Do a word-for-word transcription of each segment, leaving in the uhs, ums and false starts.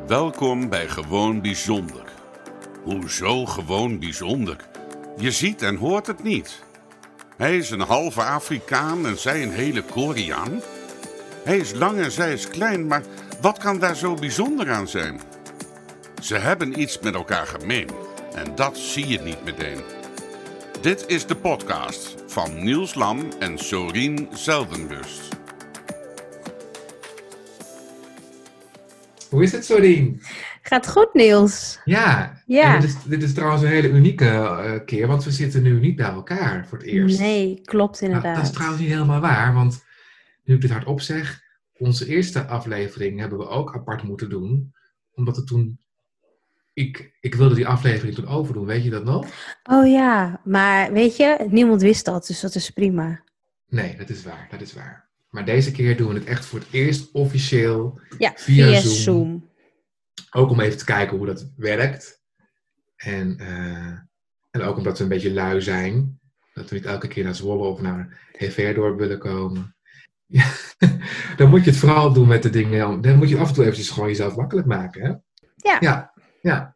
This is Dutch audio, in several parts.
Welkom bij Gewoon Bijzonder. Hoezo gewoon bijzonder? Je ziet en hoort het niet. Hij is een halve Afrikaan en zij een hele Koreaan. Hij is lang en zij is klein, maar wat kan daar zo bijzonder aan zijn? Ze hebben iets met elkaar gemeen en dat zie je niet meteen. Dit is de podcast van Niels Lam en Sorien Zeldenrust. Hoe is het, Sorien? Gaat goed, Niels. Ja, Ja. En dit, is, dit is trouwens een hele unieke uh, keer, want we zitten nu niet bij elkaar voor het eerst. Nee, klopt inderdaad. Nou, dat is trouwens niet helemaal waar, want nu ik dit hardop zeg, onze eerste aflevering hebben we ook apart moeten doen, omdat het toen, ik, ik wilde die aflevering toen overdoen, weet je dat nog? Oh ja, maar weet je, niemand wist dat, dus dat is prima. Nee, dat is waar, dat is waar. Maar deze keer doen we het echt voor het eerst officieel Ja, via, via Zoom. Zoom. Ook om even te kijken hoe dat werkt. En, uh, en ook omdat we een beetje lui zijn. Dat we niet elke keer naar Zwolle of naar Heeverdorp willen komen. Ja, dan moet je het vooral doen met de dingen. Dan moet je af en toe eventjes gewoon jezelf makkelijk maken. Hè? Ja. Ja, ja.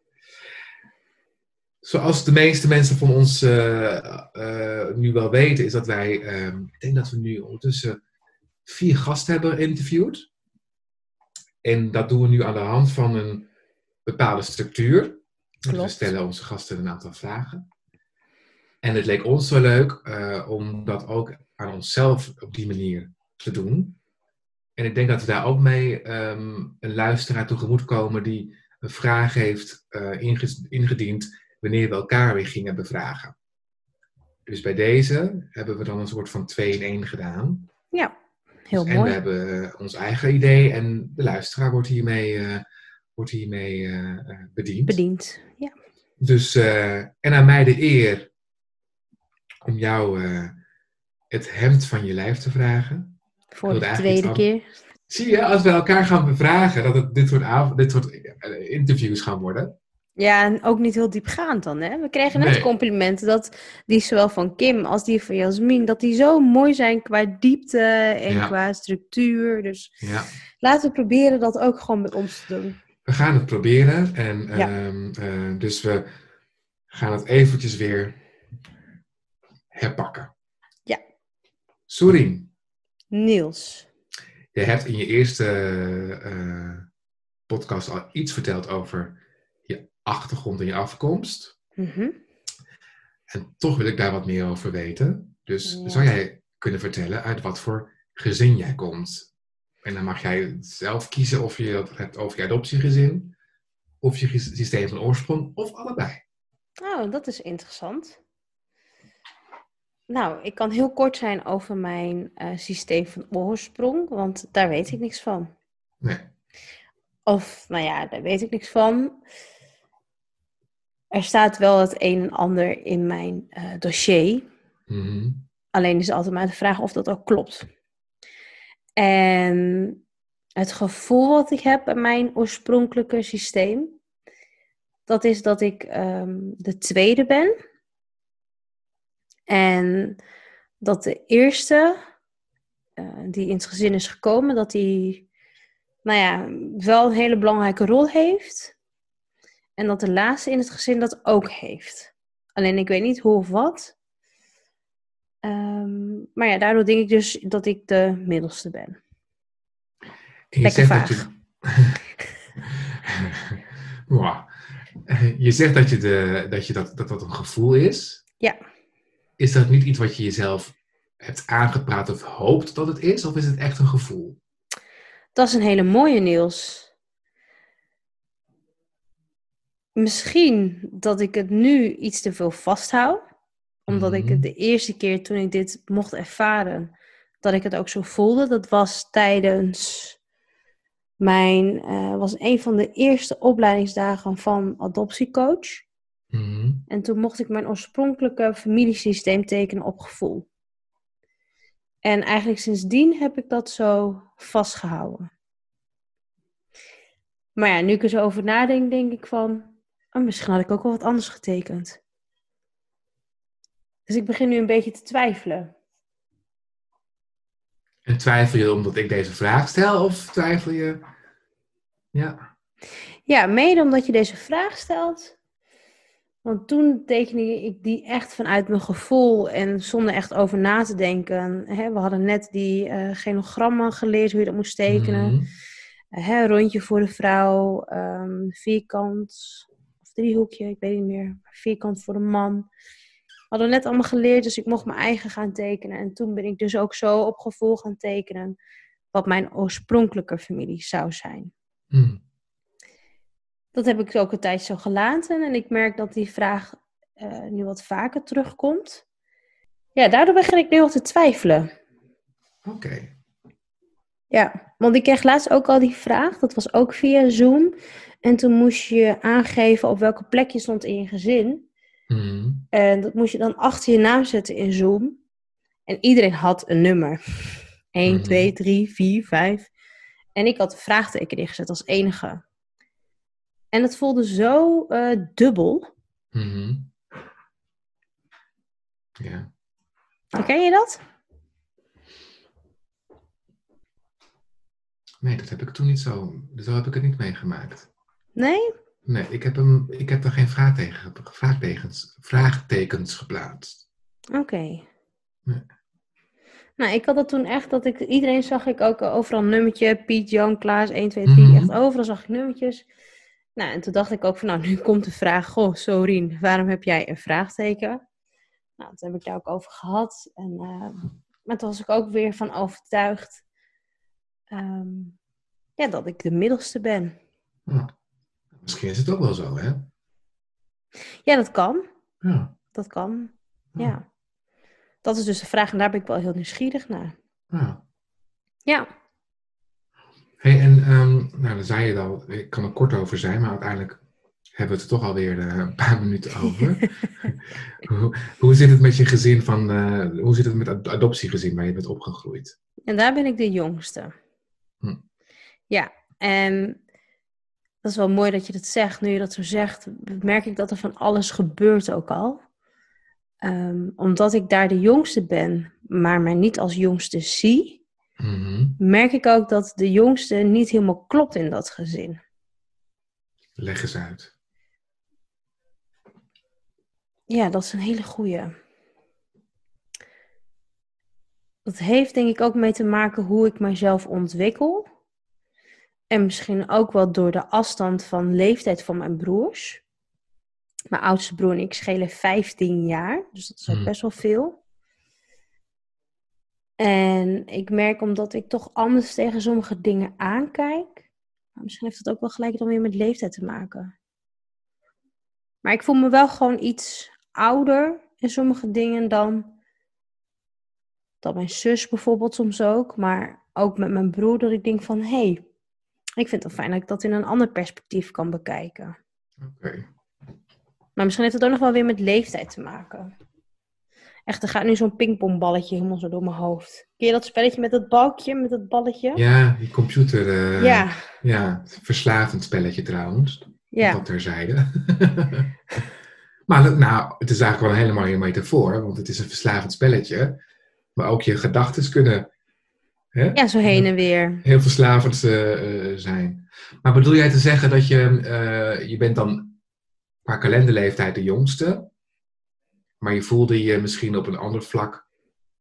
Zoals de meeste mensen van ons uh, uh, nu wel weten, is dat wij, uh, ik denk dat we nu ondertussen vier gasten hebben geïnterviewd. En dat doen we nu aan de hand van een bepaalde structuur. Dus we stellen onze gasten een aantal vragen. En het leek ons zo leuk uh, om dat ook aan onszelf op die manier te doen. En ik denk dat we daar ook mee um, een luisteraar tegemoet komen die een vraag heeft uh, inge- ingediend wanneer we elkaar weer gingen bevragen. Dus bij deze hebben we dan een soort van twee in één gedaan. Ja, heel dus, mooi. En we hebben uh, ons eigen idee en de luisteraar wordt hiermee, uh, wordt hiermee uh, bediend. Bediend, ja. Dus, uh, en aan mij de eer om jou uh, het hemd van je lijf te vragen. Voor de tweede keer. Zie je, als we elkaar gaan bevragen, dat het dit soort, av- dit soort uh, interviews gaan worden. Ja, en ook niet heel diepgaand dan, hè? We kregen net Nee. complimenten dat die zowel van Kim als die van Jasmin, dat die zo mooi zijn qua diepte en Ja. qua structuur. Dus Ja. laten we proberen dat ook gewoon met ons te doen. We gaan het proberen. En Ja. um, uh, dus we gaan het eventjes weer herpakken. Ja. Sorien. Niels. Je hebt in je eerste uh, podcast al iets verteld over je achtergrond en je afkomst. Mm-hmm. En toch wil ik daar wat meer over weten. Dus Ja. zou jij kunnen vertellen uit wat voor gezin jij komt? En dan mag jij zelf kiezen of je het hebt over je adoptiegezin, of je systeem van oorsprong, of allebei. Oh, dat is interessant. Nou, ik kan heel kort zijn over mijn uh, systeem van oorsprong, want daar weet ik niks van. Nee. Of, nou ja, daar weet ik niks van. Er staat wel het een en ander in mijn uh, dossier. Mm-hmm. Alleen is het altijd maar de vraag of dat ook klopt. En het gevoel wat ik heb bij mijn oorspronkelijke systeem, dat is dat ik um, de tweede ben. En dat de eerste uh, die in het gezin is gekomen, dat die, nou ja, wel een hele belangrijke rol heeft. En dat de laatste in het gezin dat ook heeft. Alleen ik weet niet hoe of wat. Um, maar ja, daardoor denk ik dus dat ik de middelste ben. Je Lekker zegt vaag. dat je... wow. Je zegt dat, je de, dat, je dat, dat dat een gevoel is. Ja. Is dat niet iets wat je jezelf hebt aangepraat of hoopt dat het is? Of is het echt een gevoel? Dat is een hele mooie, Niels. Misschien dat ik het nu iets te veel vasthoud. Omdat Mm-hmm. ik het de eerste keer toen ik dit mocht ervaren, dat ik het ook zo voelde. Dat was tijdens mijn, uh, was een van de eerste opleidingsdagen van adoptiecoach. Mm-hmm. En toen mocht ik mijn oorspronkelijke familiesysteem tekenen op gevoel. En eigenlijk sindsdien heb ik dat zo vastgehouden. Maar ja, nu ik er zo over nadenk, denk ik van, oh, misschien had ik ook wel wat anders getekend. Dus ik begin nu een beetje te twijfelen. En twijfel je omdat ik deze vraag stel? Of twijfel je... Ja. Ja, mede omdat je deze vraag stelt. Want toen tekende ik die echt vanuit mijn gevoel en zonder echt over na te denken. Hè, we hadden net die uh, genogrammen geleerd, hoe je dat moest tekenen. Mhm. Uh, hè, rondje voor de vrouw, um, vierkant of driehoekje, ik weet niet meer. Vierkant voor de man. Hadden we net allemaal geleerd, dus ik mocht mijn eigen gaan tekenen. En toen ben ik dus ook zo op gevoel gaan tekenen wat mijn oorspronkelijke familie zou zijn. Mhm. Dat heb ik ook een tijd zo gelaten. En ik merk dat die vraag uh, nu wat vaker terugkomt. Ja, daardoor begin ik nu al te twijfelen. Oké. Okay. Ja, want ik kreeg laatst ook al die vraag. Dat was ook via Zoom. En toen moest je aangeven op welke plek je stond in je gezin. Mm-hmm. En dat moest je dan achter je naam zetten in Zoom. En iedereen had een nummer. één, Mm-hmm. twee, drie, vier, vijf. En ik had een vraagteken ingezet als enige. En het voelde zo uh, dubbel. Mm-hmm. Ja. Herken je dat? Nee, dat heb ik toen niet zo... Zo heb ik het niet meegemaakt. Nee? Nee, ik heb, hem, ik heb er geen vraagtekens, vraagtekens, vraagtekens geplaatst. Oké. Okay. Nee. Nou, ik had dat toen echt, dat ik... Iedereen zag ik ook overal een nummertje. Piet, Jan, Klaas, één, twee, drie. Mm-hmm. Echt overal zag ik nummertjes. Nou, en toen dacht ik ook van, nou, nu komt de vraag. Goh, Sorien, waarom heb jij een vraagteken? Nou, toen heb ik daar ook over gehad. En, uh, maar toen was ik ook weer van overtuigd... Um, ja, dat ik de middelste ben. Ja. Misschien is het ook wel zo, hè? Ja, dat kan. Ja. Dat kan, ja. ja. Dat is dus de vraag en daar ben ik wel heel nieuwsgierig naar. Ja. Ja. Hey, en um, nou, dan zei je al, ik kan er kort over zijn, maar uiteindelijk hebben we het er toch alweer uh, een paar minuten over. hoe, hoe zit het met je gezin van, uh, hoe zit het met ad- adoptiegezin waar je bent opgegroeid? En daar ben ik de jongste. Hm. Ja, en dat is wel mooi dat je dat zegt. Nu je dat zo zegt, merk ik dat er van alles gebeurt ook al. Um, omdat ik daar de jongste ben, maar mij niet als jongste zie, Mm-hmm. merk ik ook dat de jongste niet helemaal klopt in dat gezin. Leg eens uit. Ja, dat is een hele goeie. Dat heeft denk ik ook mee te maken hoe ik mezelf ontwikkel. En misschien ook wel door de afstand van leeftijd van mijn broers. Mijn oudste broer en ik schelen vijftien jaar. Dus dat is ook best wel veel. En ik merk omdat ik toch anders tegen sommige dingen aankijk. Maar misschien heeft dat ook wel gelijk dan weer met leeftijd te maken. Maar ik voel me wel gewoon iets ouder in sommige dingen dan... dan mijn zus bijvoorbeeld soms ook. Maar ook met mijn broer dat ik denk van... hé, hey, ik vind het wel fijn dat ik dat in een ander perspectief kan bekijken. Oké. Okay. Maar misschien heeft het ook nog wel weer met leeftijd te maken. Echt, er gaat nu zo'n pingpongballetje helemaal zo door mijn hoofd. Ken je dat spelletje met dat balkje, met dat balletje? Ja, die computer. Uh, ja. Ja, verslavend spelletje trouwens. Ja. Dat terzijde. Maar nou, het is eigenlijk wel een hele mooie metafoor. Want het is een verslavend spelletje. Maar ook je gedachten kunnen... Hè, ja, zo heen en weer. Heel verslavend uh, zijn. Maar bedoel jij te zeggen dat je... Uh, je bent dan qua kalenderleeftijd de jongste... maar je voelde je misschien op een ander vlak...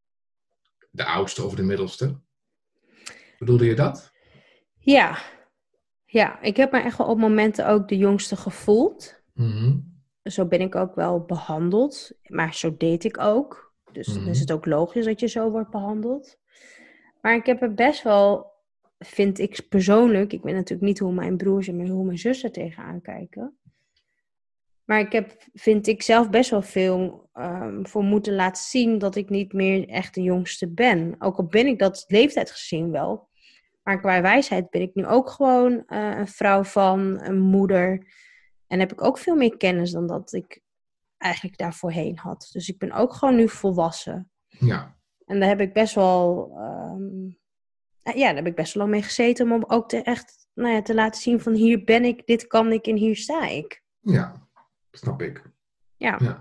de oudste of de middelste? Bedoelde je dat? Ja. Ja, ik heb me echt wel op momenten ook de jongste gevoeld. Mm-hmm. Zo ben ik ook wel behandeld. Maar zo deed ik ook. Dus Mm-hmm. dan is het ook logisch dat je zo wordt behandeld. Maar ik heb er best wel, vind ik persoonlijk... Ik weet natuurlijk niet hoe mijn broers en hoe mijn zus er tegenaan kijken. Maar ik heb, vind ik zelf best wel veel um, voor moeten laten zien... dat ik niet meer echt de jongste ben. Ook al ben ik dat leeftijd gezien wel... Maar qua wijsheid ben ik nu ook gewoon uh, een vrouw van, een moeder. En heb ik ook veel meer kennis dan dat ik eigenlijk daarvoorheen had. Dus ik ben ook gewoon nu volwassen. Ja. En daar heb ik best wel, um, ja, daar heb ik best wel lang mee gezeten. Om ook te, echt nou ja, te laten zien van hier ben ik, dit kan ik en hier sta ik. Ja, snap ik. Ja. Ja.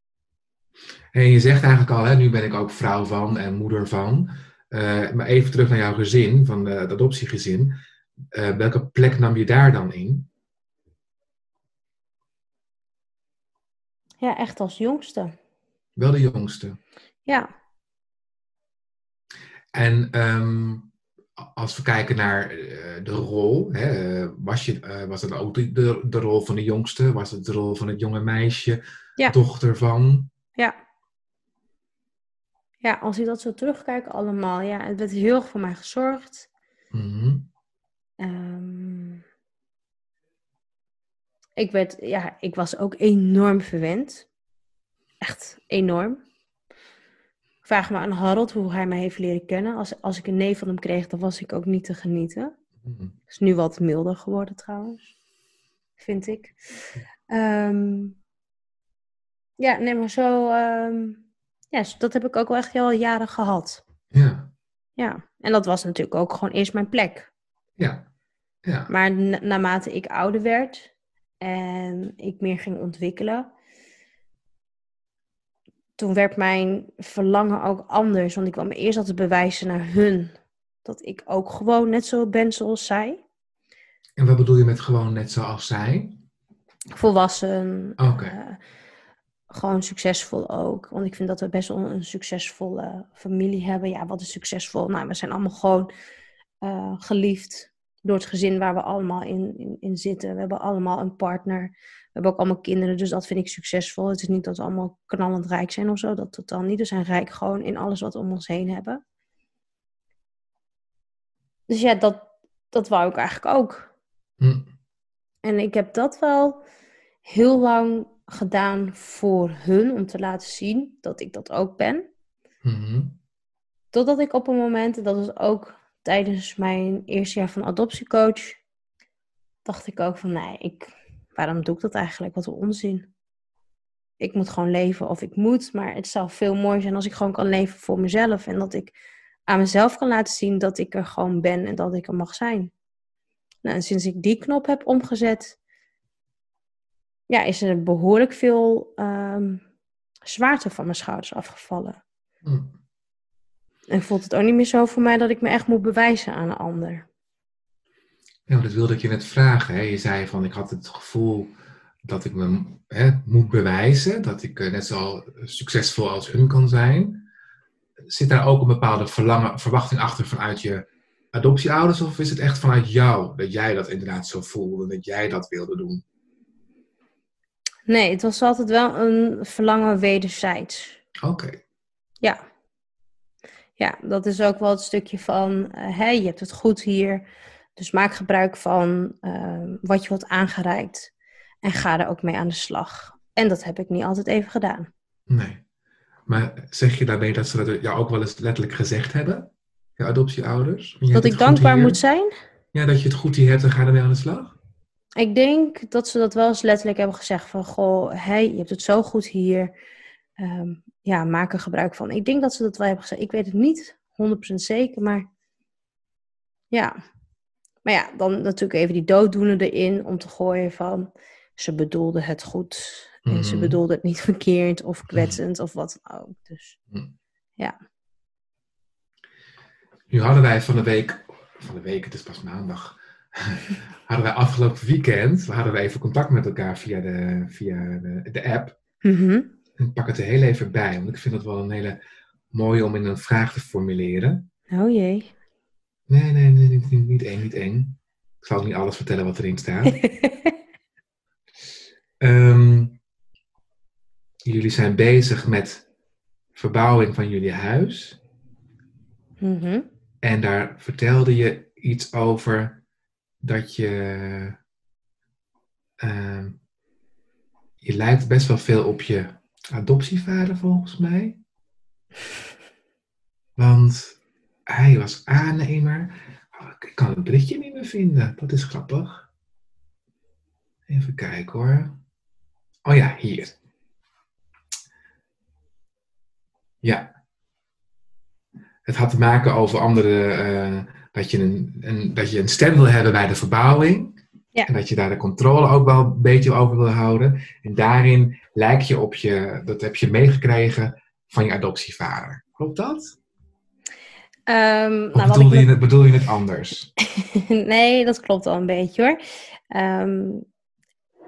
En je zegt eigenlijk al, hè, nu ben ik ook vrouw van en moeder van... Uh, maar even terug naar jouw gezin, van uh, het adoptiegezin. Uh, welke plek nam je daar dan in? Ja, echt als jongste. Wel de jongste. Ja. En um, als we kijken naar uh, de rol, hè, was, je, uh, was het ook de, de, de rol van de jongste? Was het de rol van het jonge meisje? Ja. Dochter van? Ja. Ja, als ik dat zo terugkijk allemaal. Ja, het werd heel erg voor mij gezorgd. Mm-hmm. Um, ik werd, ja, ik was ook enorm verwend. Echt enorm. Ik vraag me aan Harold hoe hij mij heeft leren kennen. Als, als ik een nee van hem kreeg, dan was ik ook niet te genieten. Mm-hmm. Is nu wat milder geworden trouwens. Vind ik. Um, ja, nee, maar zo... Um, ja, dat heb ik ook wel echt heel jaren gehad. Ja. Ja, en dat was natuurlijk ook gewoon eerst mijn plek. Ja. Ja. Maar na- naarmate ik ouder werd en ik meer ging ontwikkelen, toen werd mijn verlangen ook anders. Want ik kwam me eerst altijd bewijzen naar hun dat ik ook gewoon net zo ben zoals zij. En wat bedoel je met gewoon net zoals zij? Volwassen. Okay. Uh, gewoon succesvol ook. Want ik vind dat we best wel een succesvolle familie hebben. Ja, wat is succesvol? Nou, we zijn allemaal gewoon uh, geliefd door het gezin waar we allemaal in, in, in zitten. We hebben allemaal een partner. We hebben ook allemaal kinderen, dus dat vind ik succesvol. Het is niet dat we allemaal knallend rijk zijn of zo. Dat totaal niet. We zijn rijk gewoon in alles wat we om ons heen hebben. Dus ja, dat, dat wou ik eigenlijk ook. Hm. En ik heb dat wel heel lang gedaan voor hun, om te laten zien dat ik dat ook ben. Mm-hmm. Totdat ik op een moment, dat was ook tijdens mijn eerste jaar van adoptiecoach, dacht ik ook van, nee, ik, waarom doe ik dat eigenlijk? Wat een onzin. Ik moet gewoon leven of ik moet, maar het zou veel mooier zijn als ik gewoon kan leven voor mezelf. En dat ik aan mezelf kan laten zien dat ik er gewoon ben en dat ik er mag zijn. Nou, en sinds ik die knop heb omgezet, ja, is er behoorlijk veel um, zwaarte van mijn schouders afgevallen. Mm. En voelt het ook niet meer zo voor mij dat ik me echt moet bewijzen aan een ander. Ja, dat wilde ik je net vragen. Hè? Je zei van, ik had het gevoel dat ik me hè, moet bewijzen. Dat ik uh, net zo succesvol als hun kan zijn. Zit daar ook een bepaalde verlangen, verwachting achter vanuit je adoptieouders? Of is het echt vanuit jou dat jij dat inderdaad zo voelde? Dat jij dat wilde doen? Nee, het was altijd wel een verlangen wederzijds. Oké. Okay. Ja. Ja, dat is ook wel het stukje van, uh, hey, je hebt het goed hier. Dus maak gebruik van uh, wat je wordt aangereikt. En ga er ook mee aan de slag. En dat heb ik niet altijd even gedaan. Nee. Maar zeg je daarmee dat ze dat jou ook wel eens letterlijk gezegd hebben? Je adoptieouders? Je dat ik dankbaar moet zijn? Ja, dat je het goed hier hebt en ga ermee aan de slag? Ik denk dat ze dat wel eens letterlijk hebben gezegd van, goh, hey, je hebt het zo goed hier. Um, ja, maak er gebruik van. Ik denk dat ze dat wel hebben gezegd. Ik weet het niet honderd procent zeker, maar ja. Maar ja, dan natuurlijk even die dooddoener erin om te gooien van, ze bedoelde het goed. En mm-hmm. ze bedoelde het niet verkeerd of kwetsend mm-hmm. of wat dan ook. Dus mm. ja. Nu hadden wij van de week, van de week, het is pas maandag, hadden wij afgelopen weekend, we hadden we even contact met elkaar via de, via de, de app. Mm-hmm. Ik pak het er heel even bij, want ik vind het wel een hele mooie om in een vraag te formuleren. Oh jee. Nee, nee, nee, niet, niet, niet eng, niet eng. Ik zal ook niet alles vertellen wat erin staat. um, jullie zijn bezig met verbouwing van jullie huis. Mm-hmm. En daar vertelde je iets over dat je... Uh, je lijkt best wel veel op je adoptievader volgens mij. Want hij was aannemer. Oh, ik kan het berichtje niet meer vinden. Dat is grappig. Even kijken hoor. Oh ja, hier. Ja. Het had te maken over andere... Uh, dat, je een, een, dat je een stem wil hebben bij de verbouwing. Ja. En dat je daar de controle ook wel een beetje over wil houden. En daarin lijk je op je... Dat heb je meegekregen van je adoptievader. Klopt dat? Um, of nou, bedoel, wat je ik... het, bedoel je het anders? Nee, dat klopt al een beetje hoor. Um,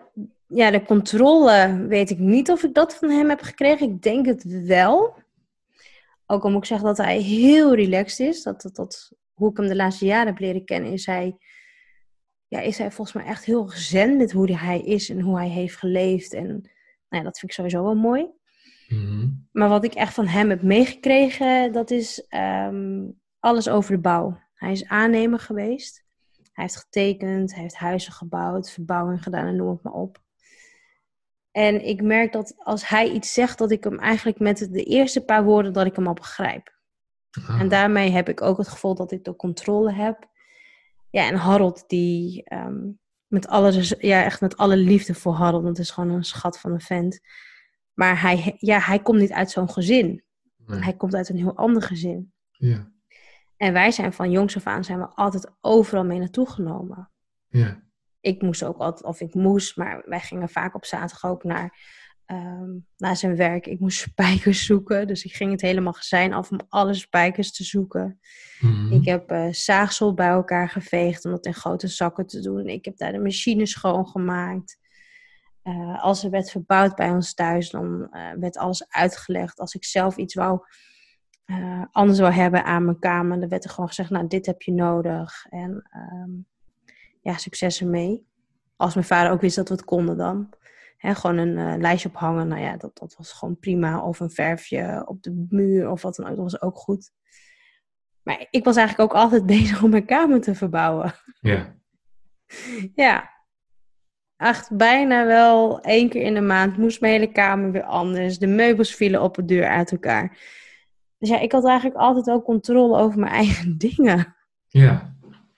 ja, de controle weet ik niet of ik dat van hem heb gekregen. Ik denk het wel. Ook al moet ik zeggen dat hij heel relaxed is. Dat, dat, dat, hoe ik hem de laatste jaren heb leren kennen, is hij, ja, is hij volgens mij echt heel zen met hoe hij is en hoe hij heeft geleefd. En nou ja, dat vind ik sowieso wel mooi. Mm-hmm. Maar wat ik echt van hem heb meegekregen, dat is um, alles over de bouw. Hij is aannemer geweest. Hij heeft getekend, hij heeft huizen gebouwd, verbouwing gedaan en noem het maar op. En ik merk dat als hij iets zegt, dat ik hem eigenlijk met de eerste paar woorden, dat ik hem al begrijp. Ah. En daarmee heb ik ook het gevoel dat ik de controle heb. Ja, en Harold, die um, met alle, ja, echt met alle liefde voor Harold, want het is gewoon een schat van een vent. Maar hij, ja, hij komt niet uit zo'n gezin. Nee. Hij komt uit een heel ander gezin. Ja. En wij zijn van jongs af aan zijn we altijd overal mee naartoe genomen. Ja. Ik moest ook altijd, of ik moest, maar wij gingen vaak op zaterdag ook naar, um, naar zijn werk. Ik moest spijkers zoeken, dus ik ging het hele magazijn af om alle spijkers te zoeken. Mm-hmm. Ik heb uh, zaagsel bij elkaar geveegd om dat in grote zakken te doen. Ik heb daar de machine schoongemaakt. Uh, als er werd verbouwd bij ons thuis, dan uh, werd alles uitgelegd. Als ik zelf iets wou, uh, anders wou hebben aan mijn kamer, dan werd er gewoon gezegd, nou, dit heb je nodig. En um, ja, succes ermee. Als mijn vader ook wist dat we het konden dan. Hè, gewoon een uh, lijstje ophangen, nou ja, dat, dat was gewoon prima. Of een verfje op de muur of wat dan ook, dat was ook goed. Maar ik was eigenlijk ook altijd bezig om mijn kamer te verbouwen. Ja. Ja. Echt bijna wel één keer in de maand moest mijn hele kamer weer anders. De meubels vielen op de deur uit elkaar. Dus ja, ik had eigenlijk altijd wel controle over mijn eigen dingen. Ja.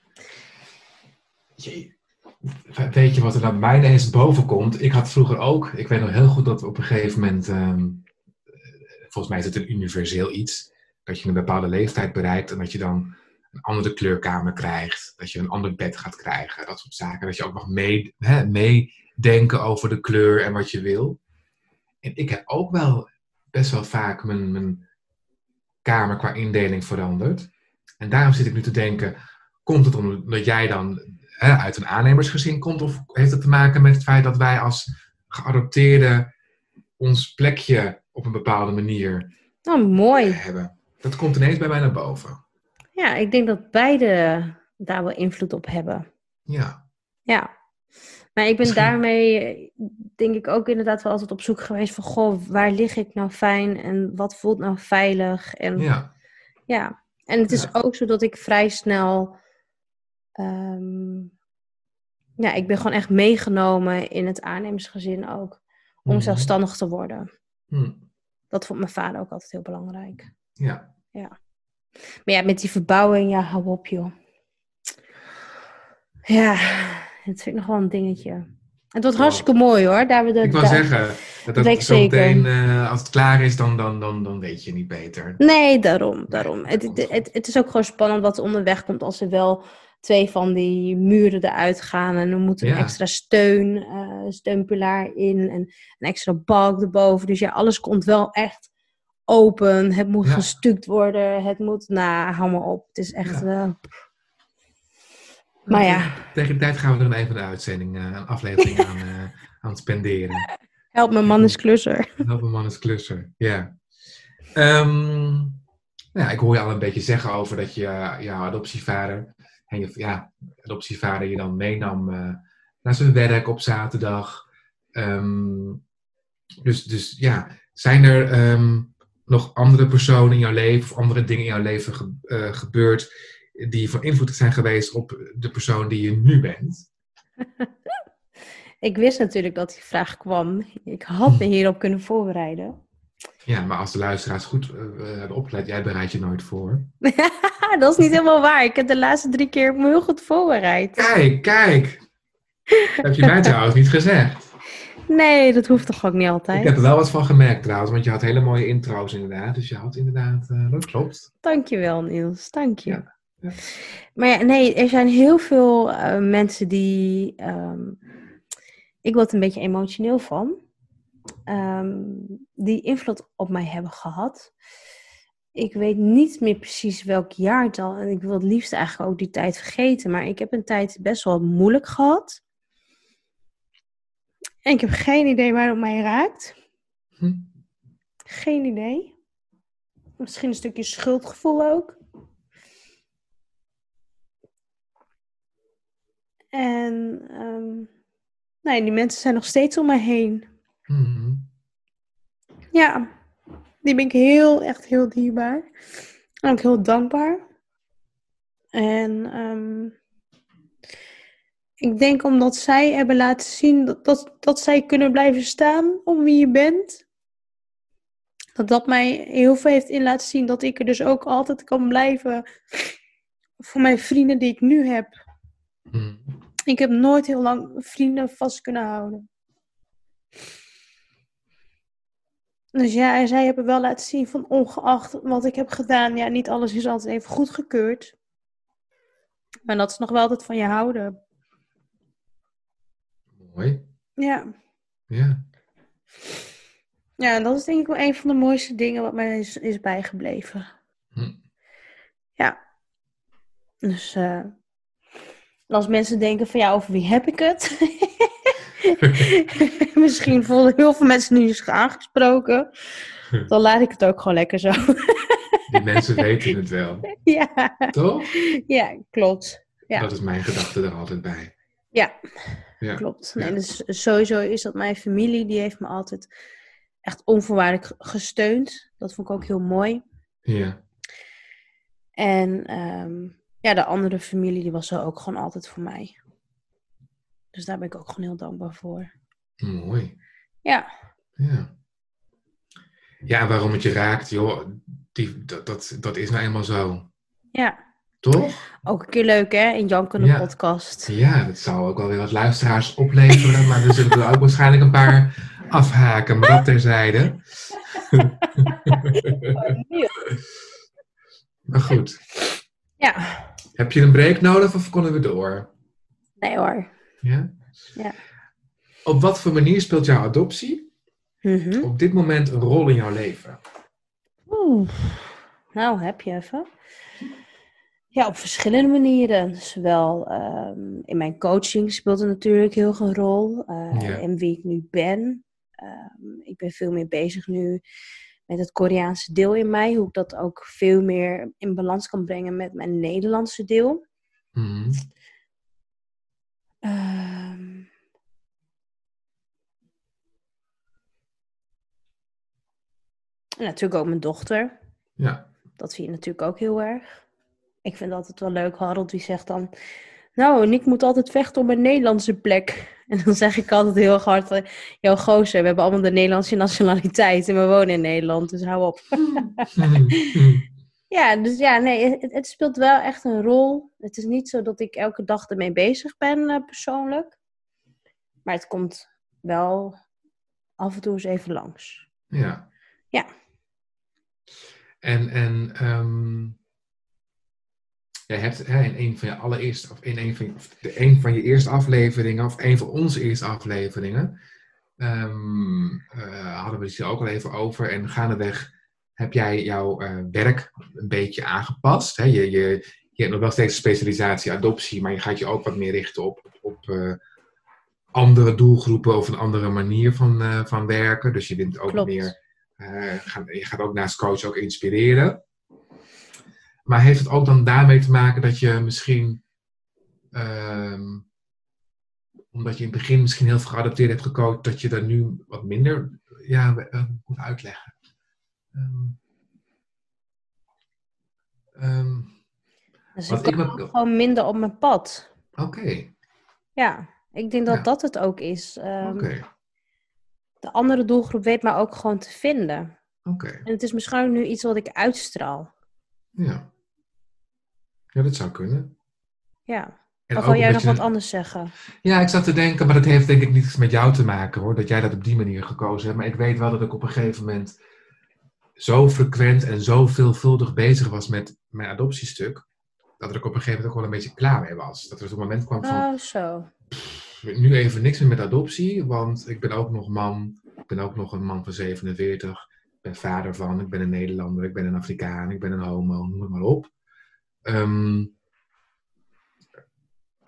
Je, weet je wat er naar mij ineens boven komt? Ik had vroeger ook, ik weet nog heel goed dat we op een gegeven moment, um, volgens mij is het een universeel iets, dat je een bepaalde leeftijd bereikt en dat je dan een andere kleurkamer krijgt, dat je een ander bed gaat krijgen, dat soort zaken. Dat je ook nog mee, hè, meedenken over de kleur en wat je wil. En ik heb ook wel best wel vaak mijn, mijn kamer qua indeling veranderd. En daarom zit ik nu te denken, komt het omdat jij dan hè, uit een aannemersgezin komt, of heeft het te maken met het feit dat wij als geadopteerden ons plekje op een bepaalde manier oh, mooi. hebben? Dat komt ineens bij mij naar boven. Ja, ik denk dat beide daar wel invloed op hebben. Ja. Ja. Maar ik ben Misschien... daarmee, denk ik, ook inderdaad wel altijd op zoek geweest van, goh, waar lig ik nou fijn en wat voelt nou veilig? En, ja. ja. En het is ja. ook zo dat ik vrij snel, um, ja, ik ben gewoon echt meegenomen in het aannemersgezin ook, om mm-hmm. zelfstandig te worden. Mm. Dat vond mijn vader ook altijd heel belangrijk. Ja. Ja. Maar ja, met die verbouwing, ja, hou op, joh. Ja, dat vind ik nog wel een dingetje. Het wordt wow. hartstikke mooi, hoor. Daar we de, ik wou daar, zeggen, dat, dat, dat zo meteen, uh, als het klaar is, dan, dan, dan, dan weet je niet beter. Nee, daarom, daarom. Nee, het, het, het, het is ook gewoon spannend wat er onderweg komt als er wel twee van die muren eruit gaan. En er moet een ja. extra steun, uh, steunpilaar in en een extra balk erboven. Dus ja, alles komt wel echt open, het moet ja. gestuukt worden, het moet, nou, hou maar op. Het is echt, ja. Uh... maar ja. Tegen de tijd gaan we er een van de uitzending, uh, een aflevering aan, uh, aan spenderen. Help mijn man is klusser. Help mijn man is klusser, ja. Um, ja, ik hoor je al een beetje zeggen over dat je uh, jouw adoptievader, en je ja, adoptievader je dan meenam uh, naar zijn werk op zaterdag. Um, dus, dus ja, zijn er um, nog andere personen in jouw leven of andere dingen in jouw leven ge- uh, gebeurd die van invloed zijn geweest op de persoon die je nu bent? Ik wist natuurlijk dat die vraag kwam. Ik had me hierop kunnen voorbereiden. Ja, maar als de luisteraars goed uh, hebben opgelet, jij bereidt je nooit voor. Dat is niet helemaal waar. Ik heb de laatste drie keer me heel goed voorbereid. Kijk, kijk. Dat heb je mij trouwens niet gezegd. Nee, dat hoeft toch ook niet altijd. Ik heb er wel wat van gemerkt trouwens, want je had hele mooie intro's inderdaad. Dus je had inderdaad, uh, dat klopt. Dankjewel Niels, dank je. Ja, ja. Maar ja, nee, er zijn heel veel uh, mensen die... Um, ik word een beetje emotioneel van. Um, die invloed op mij hebben gehad. Ik weet niet meer precies welk jaartal. En ik wil het liefst eigenlijk ook die tijd vergeten. Maar ik heb een tijd best wel moeilijk gehad. En ik heb geen idee waarom het mij raakt. Hm. Geen idee. Misschien een stukje schuldgevoel ook. En um, nee, die mensen zijn nog steeds om mij heen. Mm-hmm. Ja, die ben ik heel, echt heel dierbaar. En ook heel dankbaar. En um, ik denk omdat zij hebben laten zien dat, dat, dat zij kunnen blijven staan om wie je bent. Dat dat mij heel veel heeft in laten zien dat ik er dus ook altijd kan blijven voor mijn vrienden die ik nu heb. Mm. Ik heb nooit heel lang vrienden vast kunnen houden. Dus ja, zij hebben wel laten zien van ongeacht wat ik heb gedaan. Ja, niet alles is altijd even goedgekeurd. Maar dat is nog wel altijd van je houden. Mooi. Ja. Ja. Ja, en dat is denk ik wel een van de mooiste dingen wat mij is, is bijgebleven. Hm. Ja. Dus uh, als mensen denken van ja, over wie heb ik het? Misschien voelen heel veel mensen nu zich aangesproken. Dan laat ik het ook gewoon lekker zo. Die mensen weten het wel. Ja. Toch? Ja, klopt. Ja. Dat is mijn gedachte er altijd bij. Ja, ja. klopt. Ja. Nee, dus sowieso is dat mijn familie. Die heeft me altijd echt onvoorwaardelijk gesteund. Dat vond ik ook heel mooi. Ja. En um, ja, de andere familie die was er ook gewoon altijd voor mij. Dus daar ben ik ook gewoon heel dankbaar voor. Mooi. Ja. Ja. Ja, waarom het je raakt, joh, die, dat, dat, dat is nou eenmaal zo. Ja. Toch? Ook een keer leuk, hè? In Jankende ja. podcast. Ja, dat zou ook wel weer wat luisteraars opleveren. Maar er zullen er ook waarschijnlijk een paar afhaken. Maar dat terzijde. Maar goed. Ja. Heb je een break nodig of konden we door? Nee hoor. Ja? Ja. Op wat voor manier speelt jouw adoptie mm-hmm. op dit moment een rol in jouw leven? Oeh. Nou, heb je even. Ja, op verschillende manieren. Zowel um, in mijn coaching speelt het natuurlijk heel veel een rol. Uh, ja. In wie ik nu ben. Um, ik ben veel meer bezig nu met het Koreaanse deel in mij. Hoe ik dat ook veel meer in balans kan brengen met mijn Nederlandse deel. Mm-hmm. Um, en natuurlijk ook mijn dochter. Ja. Dat zie je natuurlijk ook heel erg. Ik vind het altijd wel leuk, Harold, die zegt dan... Nou, Nick moet altijd vechten om een Nederlandse plek. En dan zeg ik altijd heel hard... Uh, Yo, gozer, we hebben allemaal de Nederlandse nationaliteit... en we wonen in Nederland, dus hou op. Ja, dus ja, nee, het, het speelt wel echt een rol. Het is niet zo dat ik elke dag ermee bezig ben, uh, persoonlijk. Maar het komt wel af en toe eens even langs. Ja. Ja. En... en um... Jij hebt hè, in een van je allereerste, of in een van je, of de, een van je eerste afleveringen, of een van onze eerste afleveringen, um, uh, hadden we het hier ook al even over. En gaandeweg heb jij jouw uh, werk een beetje aangepast. Hè? Je, je, je hebt nog wel steeds specialisatie adoptie, maar je gaat je ook wat meer richten op, op, op uh, andere doelgroepen of een andere manier van, uh, van werken. Dus je bent ook Klopt. meer, uh, ga, je gaat ook naast coach ook inspireren. Maar heeft het ook dan daarmee te maken dat je misschien, um, omdat je in het begin misschien heel veel geadopteerd hebt gecoacht, dat je daar nu wat minder ja, uh, moet uitleggen? Um, um, dus ik kom me... gewoon minder op mijn pad. Oké. Okay. Ja, ik denk dat ja. dat het ook is. Um, Oké. Okay. De andere doelgroep weet mij ook gewoon te vinden. Oké. Okay. En het is misschien nu iets wat ik uitstraal. Ja. Ja, dat zou kunnen. Ja. En of wil jij nog wat een... anders zeggen? Ja, ik zat te denken, maar dat heeft denk ik niets met jou te maken hoor. Dat jij dat op die manier gekozen hebt. Maar ik weet wel dat ik op een gegeven moment zo frequent en zo veelvuldig bezig was met mijn adoptiestuk. Dat ik op een gegeven moment ook wel een beetje klaar mee was. Dat er zo'n moment kwam van... Oh, zo. Pff, nu even niks meer met adoptie, want ik ben ook nog man. Ik ben ook nog een man van zevenenveertig. Ik ben vader van, ik ben een Nederlander, ik ben een Afrikaan, ik ben een homo, noem het maar op. Um,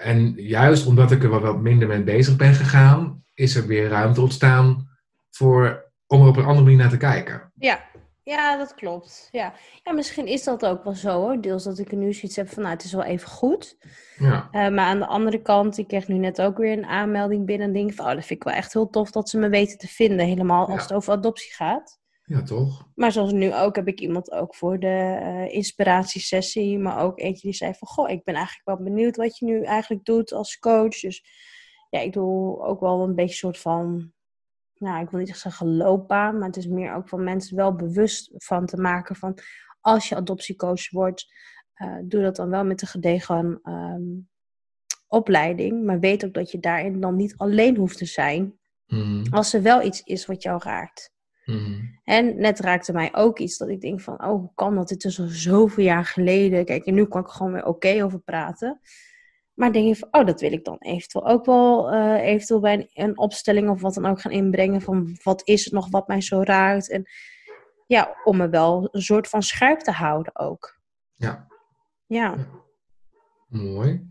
en juist omdat ik er wat, wat minder mee bezig ben gegaan, is er weer ruimte ontstaan voor, om er op een andere manier naar te kijken. Ja, ja, dat klopt. Ja. Ja, misschien is dat ook wel zo hoor. Deels dat ik er nu zoiets heb van, nou, het is wel even goed. Ja. Uh, maar aan de andere kant, ik kreeg nu net ook weer een aanmelding binnen en denk van, oh, dat vind ik wel echt heel tof dat ze me weten te vinden. Helemaal als Ja. het over adoptie gaat. Ja, toch? Maar zoals nu ook heb ik iemand ook voor de uh, inspiratiesessie. Maar ook eentje die zei van, goh, ik ben eigenlijk wel benieuwd wat je nu eigenlijk doet als coach. Dus ja, ik doe ook wel een beetje een soort van, nou, ik wil niet echt zeggen loopbaan. Maar het is meer ook van mensen wel bewust van te maken van, als je adoptiecoach wordt, uh, doe dat dan wel met een gedegen um, opleiding. Maar weet ook dat je daarin dan niet alleen hoeft te zijn. Mm. Als er wel iets is wat jou raakt. Mm. En net raakte mij ook iets dat ik denk van, oh, hoe kan dat? Dit is al zoveel jaar geleden. Kijk, en nu kan ik er gewoon weer oké okay over praten. Maar denk je van, oh, dat wil ik dan eventueel ook wel uh, eventueel bij een, een opstelling of wat dan ook gaan inbrengen. Van, wat is het nog wat mij zo raakt? En ja, om me wel een soort van scherp te houden ook. Ja. Ja. Ja. Mooi.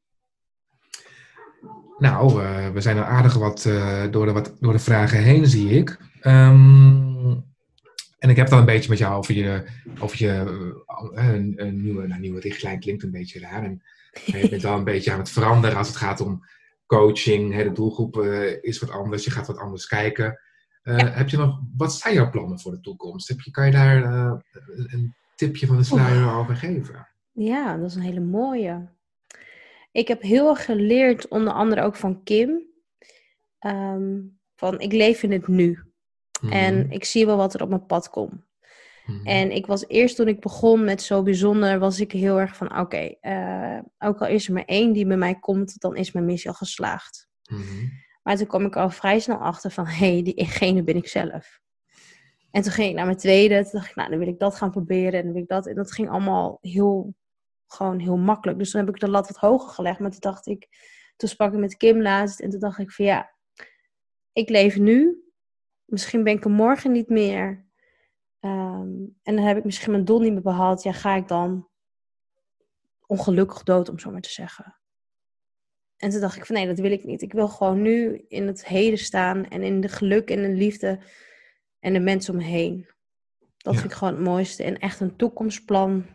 Nou, uh, we zijn al aardig wat, uh, door, de, wat door de vragen heen, zie ik. Um, en ik heb het al een beetje met jou over je, over je uh, een, een, nieuwe, een nieuwe richtlijn. Klinkt een beetje raar. En je bent al een beetje aan het veranderen als het gaat om coaching. Hè, de doelgroep uh, is wat anders. Je gaat wat anders kijken. Uh, ja. Heb je nog, wat zijn jouw plannen voor de toekomst? Heb je, kan je daar uh, een, een tipje van de sluier oh. over geven? Ja, dat is een hele mooie. Ik heb heel erg geleerd, onder andere ook van Kim, um, van ik leef in het nu. Mm-hmm. En ik zie wel wat er op mijn pad komt. Mm-hmm. En ik was eerst, toen ik begon met Zo Bijzonder, was ik heel erg van, oké, okay, uh, ook al is er maar één die bij mij komt, dan is mijn missie al geslaagd. Mm-hmm. Maar toen kwam ik al vrij snel achter van, hé, hey, diegene ben ik zelf. En toen ging ik naar mijn tweede, toen dacht ik, nou, dan wil ik dat gaan proberen en dan wil ik dat. En dat ging allemaal heel... gewoon heel makkelijk. Dus toen heb ik de lat wat hoger gelegd. Maar toen dacht ik, toen sprak ik met Kim laatst. En toen dacht ik van ja, ik leef nu. Misschien ben ik er morgen niet meer. Um, en dan heb ik misschien mijn doel niet meer behaald. Ja, ga ik dan ongelukkig dood, om zo maar te zeggen. En toen dacht ik van nee, dat wil ik niet. Ik wil gewoon nu in het heden staan. En in de geluk en de liefde. En de mensen om me heen. Dat ja. vind ik gewoon het mooiste. En echt een toekomstplan.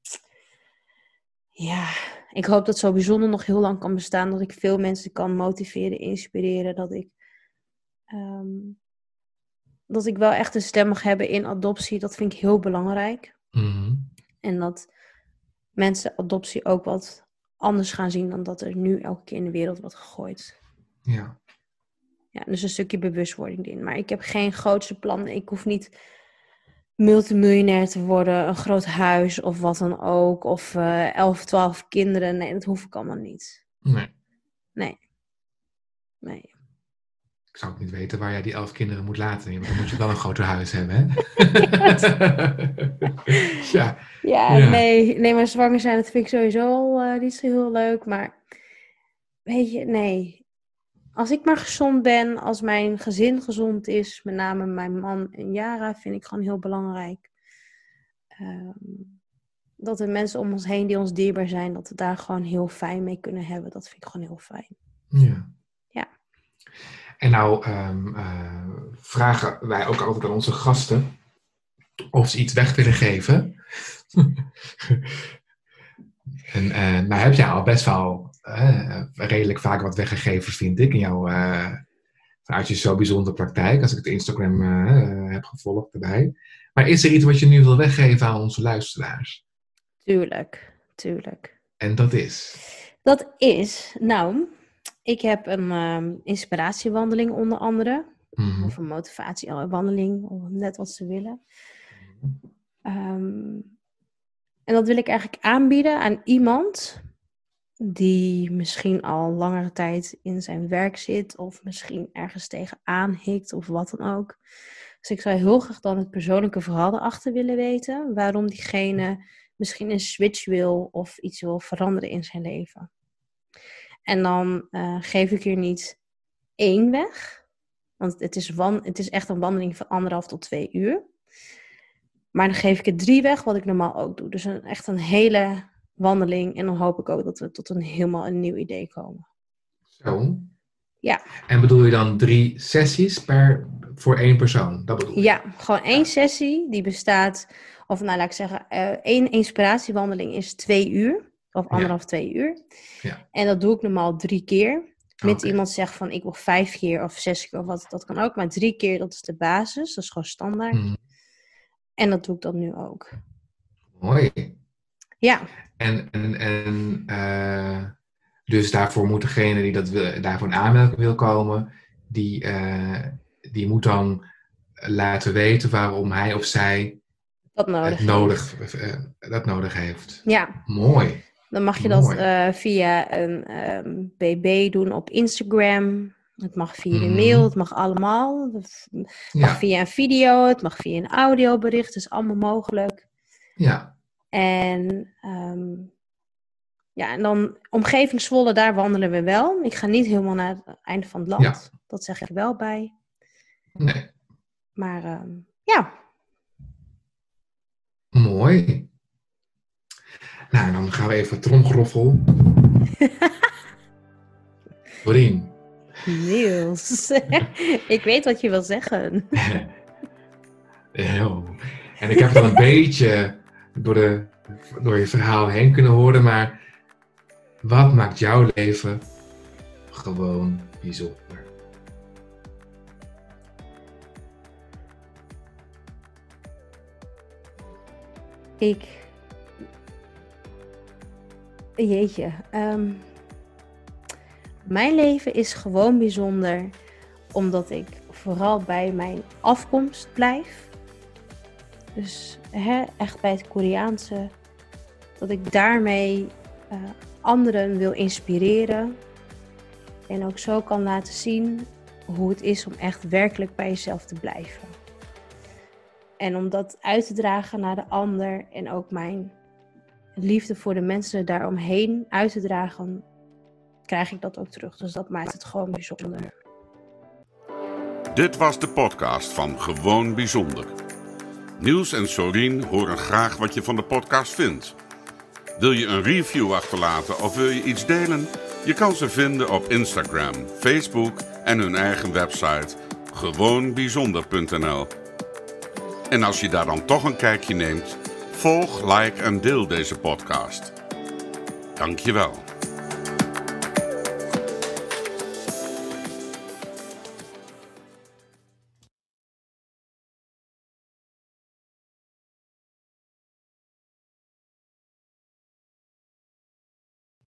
Ja, ik hoop dat Zo Bijzonder nog heel lang kan bestaan. Dat ik veel mensen kan motiveren, inspireren. Dat ik, um, dat ik wel echt een stem mag hebben in adoptie. Dat vind ik heel belangrijk. Mm-hmm. En dat mensen adoptie ook wat anders gaan zien dan dat er nu elke keer in de wereld wordt gegooid. Ja. Ja, dus een stukje bewustwording in. Maar ik heb geen grootste plannen. Ik hoef niet multimiljonair te worden, een groot huis of wat dan ook. Of uh, elf, twaalf kinderen. Nee, dat hoef ik allemaal niet. Nee. Nee. Nee. Ik zou ook niet weten waar jij die elf kinderen moet laten. Want dan moet je wel een groter huis hebben, hè? ja. Ja, ja. Nee, nee, maar zwanger zijn, dat vind ik sowieso uh, niet zo heel leuk. Maar weet je, nee. Als ik maar gezond ben, als mijn gezin gezond is, met name mijn man en Jara, vind ik gewoon heel belangrijk. Um, dat er mensen om ons heen die ons dierbaar zijn, dat we daar gewoon heel fijn mee kunnen hebben. Dat vind ik gewoon heel fijn. Ja. Ja. En nou um, uh, vragen wij ook altijd aan onze gasten of ze iets weg willen geven. En uh, nou heb jij al best wel uh, redelijk vaak wat weggegeven, vind ik, in jouw, uh, vanuit je Zo Bijzonder praktijk, als ik het Instagram uh, heb gevolgd erbij. Maar is er iets wat je nu wil weggeven aan onze luisteraars? Tuurlijk, tuurlijk. En dat is? Dat is, nou, ik heb een um, inspiratiewandeling onder andere. Mm-hmm. Of een motivatiewandeling, of net wat ze willen. Um, En dat wil ik eigenlijk aanbieden aan iemand die misschien al langere tijd in zijn werk zit. Of misschien ergens tegenaan hikt of wat dan ook. Dus ik zou heel graag dan het persoonlijke verhaal erachter willen weten. Waarom diegene misschien een switch wil of iets wil veranderen in zijn leven. En dan uh, geef ik hier niet één weg. Want het is, wan- het is echt een wandeling van anderhalf tot twee uur. Maar dan geef ik er drie weg, wat ik normaal ook doe. Dus een, echt een hele wandeling. En dan hoop ik ook dat we tot een helemaal een nieuw idee komen. Zo. Ja. En bedoel je dan drie sessies per, voor één persoon? Dat bedoel je? Ja, gewoon één sessie die bestaat, of nou laat ik zeggen, uh, één inspiratiewandeling is twee uur. Of anderhalf, ja. twee uur. Ja. En dat doe ik normaal drie keer. Met Okay. iemand zegt van ik wil vijf keer of zes keer of wat, dat kan ook. Maar drie keer, dat is de basis. Dat is gewoon standaard. Hmm. En dat doe ik dan nu ook. Mooi. Ja. En, en, en uh, dus daarvoor moet degene die dat wil, daarvoor een aanmelding wil komen, die, uh, die moet dan laten weten waarom hij of zij dat nodig, het nodig, uh, dat nodig heeft. Ja. Mooi. Dan mag je Mooi. dat uh, via een um, B B doen op Instagram. Het mag via de mail, het mag allemaal. Het mag ja. via een video, het mag via een audiobericht. Het is allemaal mogelijk. Ja. En, um, ja, en dan omgeving Zwolle, daar wandelen we wel. Ik ga niet helemaal naar het einde van het land. Ja. Dat zeg ik er wel bij. Nee. Maar um, ja. Mooi. Nou, dan gaan we even tromgeroffel. Dorien. Niels. Ik weet wat je wil zeggen. Oh. En ik heb het al een beetje door, de, door je verhaal heen kunnen horen, maar wat maakt jouw leven gewoon bijzonder? Ik... Jeetje. Um... Mijn leven is gewoon bijzonder omdat ik vooral bij mijn afkomst blijf. Dus hè, echt bij het Koreaanse. Dat ik daarmee uh, anderen wil inspireren. En ook zo kan laten zien hoe het is om echt werkelijk bij jezelf te blijven. En om dat uit te dragen naar de ander. En ook mijn liefde voor de mensen daaromheen uit te dragen, krijg ik dat ook terug. Dus dat maakt het gewoon bijzonder. Dit was de podcast van Gewoon Bijzonder. Niels en Sorien horen graag wat je van de podcast vindt. Wil je een review achterlaten of wil je iets delen? Je kan ze vinden op Instagram, Facebook en hun eigen website gewoon bijzonder punt n l. En als je daar dan toch een kijkje neemt, volg, like en deel deze podcast. Dank je wel.